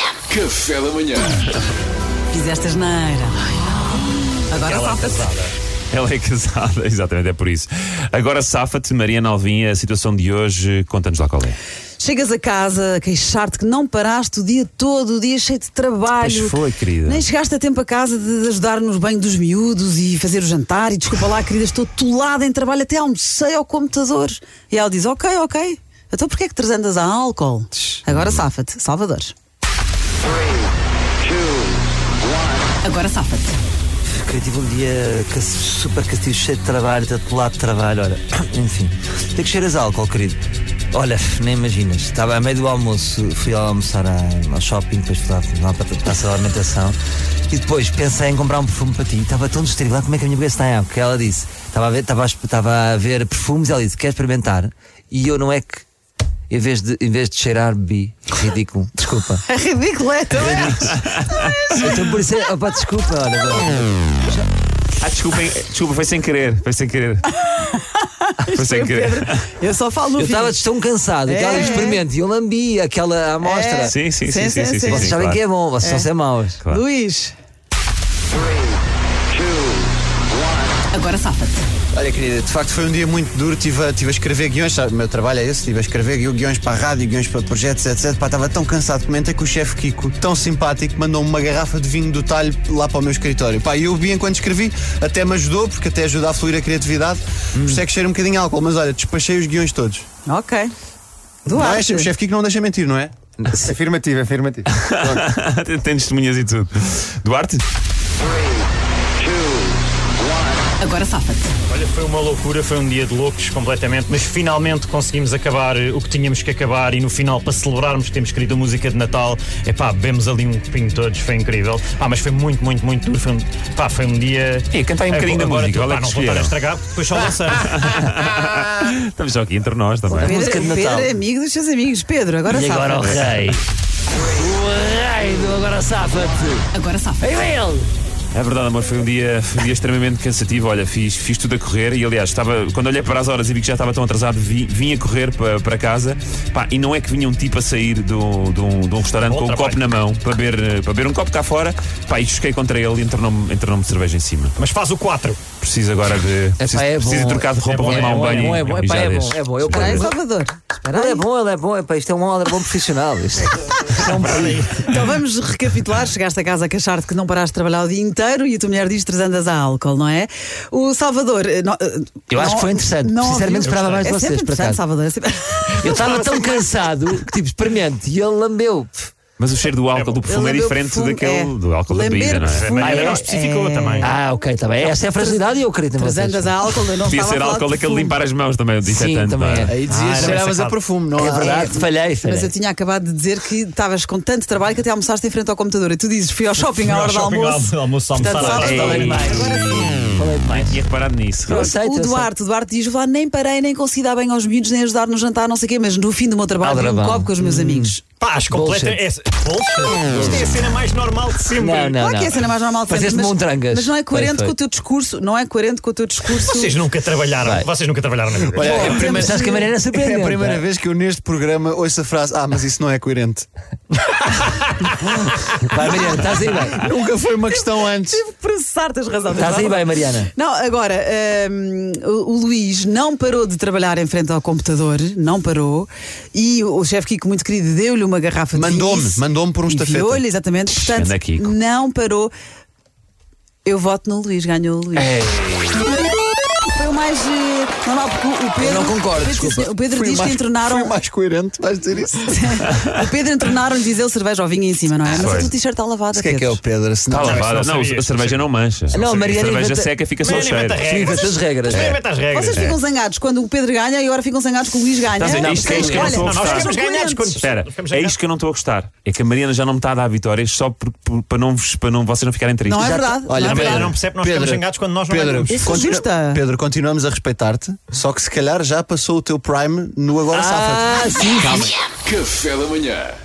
Café da manhã. Fizeste asneira. Agora safa-te. Ela é casada, exatamente, é por isso. Agora safa-te, Mariana Alvim, a situação de hoje, conta-nos lá qual é. Chegas a casa a queixar-te que não paraste o dia todo, o dia cheio de trabalho. Pois foi, querida. Nem chegaste a tempo a casa de ajudar nos banhos dos miúdos e fazer o jantar. E desculpa lá, querida, estou atolada em trabalho, até almocei ao computador. E ela diz, ok. Então porquê é que andas a álcool? Agora safa-te, Salvador. Agora safa-te. Tive um dia super castigo, cheio de trabalho, todo lado de trabalho, olha, enfim. Tem que cheiras a álcool, querido. Olha, nem imaginas, estava a meio do almoço, fui almoçar ao shopping, depois fui lá para a praça de alimentação e depois pensei em comprar um perfume para ti. Estava tão distraído, lá como é que a minha cabeça está em água, porque ela disse, estava a ver perfumes e ela disse, quer experimentar? E eu não é que, em vez de cheirar, bebi. Ridículo, desculpa. É ridículo, é também. Então por isso opa, desculpa, olha. Desculpa, foi sem querer. Foi sem querer. Pedro, eu só falo no Eu fim. estava tão cansado, aquela experimento, e eu lambi aquela amostra. Sim. Vocês sabem que é bom, vocês são sem maus. Claro. Luís. Agora safa-te. Olha, querida, de facto foi um dia muito duro. Estive a escrever guiões, sabe? O meu trabalho é esse, estive a escrever guiões para a rádio, guiões para projetos, etc. Pá, estava tão cansado. Comentei com o chefe Kiko, tão simpático, mandou-me uma garrafa de vinho do talho lá para o meu escritório. Pá, e eu bebi enquanto escrevi, até me ajudou, porque até ajuda a fluir a criatividade. Por isso é que cheira um bocadinho álcool, mas olha, despachei os guiões todos. Ok. Não é? Duarte. O chefe Kiko não deixa mentir, não é? Afirmativo. Tem testemunhas e tudo. Duarte? Agora safa-te. Olha, foi uma loucura, foi um dia de loucos completamente, mas finalmente conseguimos acabar o que tínhamos que acabar e no final, para celebrarmos, temos escrito a música de Natal. Bebemos ali um copinho todos, foi incrível. Mas foi muito duro, foi um dia... E canta aí um bocadinho da música, olha que não voltar a estragar, depois só lançamos. Estamos só aqui entre nós também. Música de Natal. Pedro é amigo dos seus amigos. Pedro, agora E safa-te. agora o rei. O rei do agora safa-te. Agora safa-te. Ei, ele. É verdade, amor, foi um dia extremamente cansativo. Olha, fiz tudo a correr e, aliás, quando olhei para as horas e vi que já estava tão atrasado, vim a correr para casa. E não é que vinha um tipo a sair de um restaurante com um copo na mão para beber um copo cá fora. E choquei contra ele e entornou-me cerveja em cima. Mas faz o 4. Preciso agora de trocar de roupa, vou tomar um banho. É bom. Eu Espera aí, Salvador. Espera aí. Ele é bom. Isto é um bom profissional. Isto é um perigo. Então vamos recapitular. Chegaste a casa a queixar-te que não paraste de trabalhar o dia inteiro e a tua mulher diz 3 andas a álcool, não é? O Salvador... Eu acho que foi interessante. Sinceramente esperava mais de vocês, por interessante, acaso. Salvador. Eu estava tão cansado que experimente. E ele lambeu. Mas o cheiro do álcool do perfume é Ele diferente perfume, daquele do álcool da bebida, não é? perfume. Ele não especificou também. Ok, está bem. Essa é a fragilidade e eu acredito em 3 vocês. andas a álcool, eu não Podia estava ser a falar álcool de daquele perfume. limpar as mãos também, eu disse Sim, tanto. também é. Aí dizias que cheiravas a perfume, não É verdade, falhei. Mas eu tinha acabado de dizer que estavas com tanto trabalho que até almoçaste em frente ao computador e tu dizes, fui ao shopping à hora do almoço. Portanto, Falei demais. Nem tinha reparado nisso. Eu aceito, O Duarte diz, lá nem parei, nem consegui dar bem aos miúdos, nem ajudar no jantar, não sei o quê, mas no fim do meu trabalho vi um Aldrabão. copo com os meus amigos. Paz, completa. Bullshit. Bullshit. Isto é a cena mais normal de sempre. Claro que é a cena mais normal de sempre, Fazeste montrangas. mas não é coerente Foi. com o teu discurso, Vocês nunca trabalharam na vida. Olha, é a Bom, primeira, Mas sabes que a Mariana é surpreendente. é a primeira vez que eu neste programa ouço a frase mas isso não é coerente. Vai, Mariana, estás aí bem. Nunca foi uma questão antes. Tive que processar, tens razão. Estás aí bem, Mariana. Não, agora, o Luís não parou de trabalhar em frente ao computador, não parou, e o chefe Kiko, muito querido, deu-lhe uma garrafa de vinho. Mandou-me por um estafeta. Enviou-lhe, exatamente, portanto, Anda, Kiko. não parou. Eu voto no Luís, ganhou o Luís. Foi o mais normal, porque o Pedro... Eu não concordo, desculpa. O Pedro diz que entornaram... Foi mais coerente, vais dizer isso. O Pedro entornaram, diz ele, cerveja ao vinho em cima, não é? Mas Foi. a tua t-shirt está lavada, O que é Pedro. o Pedro? Se Está não, lavada. não Não, sabias. a cerveja não mancha. Não, a A Mariana cerveja inventa- seca fica só o cheiro. Sim, inventa as regras. Inventa as regras. Vocês ficam zangados quando o Pedro ganha e agora ficam zangados que o Luís ganha. Estás a ver? Isto é isto que eu não estou a Nós gostar. ficamos ganhados quando... Espera, é isto que eu não estou a gostar. É que a Mariana já não me está a dar vitórias só para vocês não ficarem tristes. Não é verdade. Olha, não é A Mariana verdade. não percebe que nós ficamos zangados quando nós não ganhamos. Isso é justa. Pedro, continuamos a respeitar-te, só que se calhar já passou o teu prime no Agora Safa-te. Sim. Café da manhã.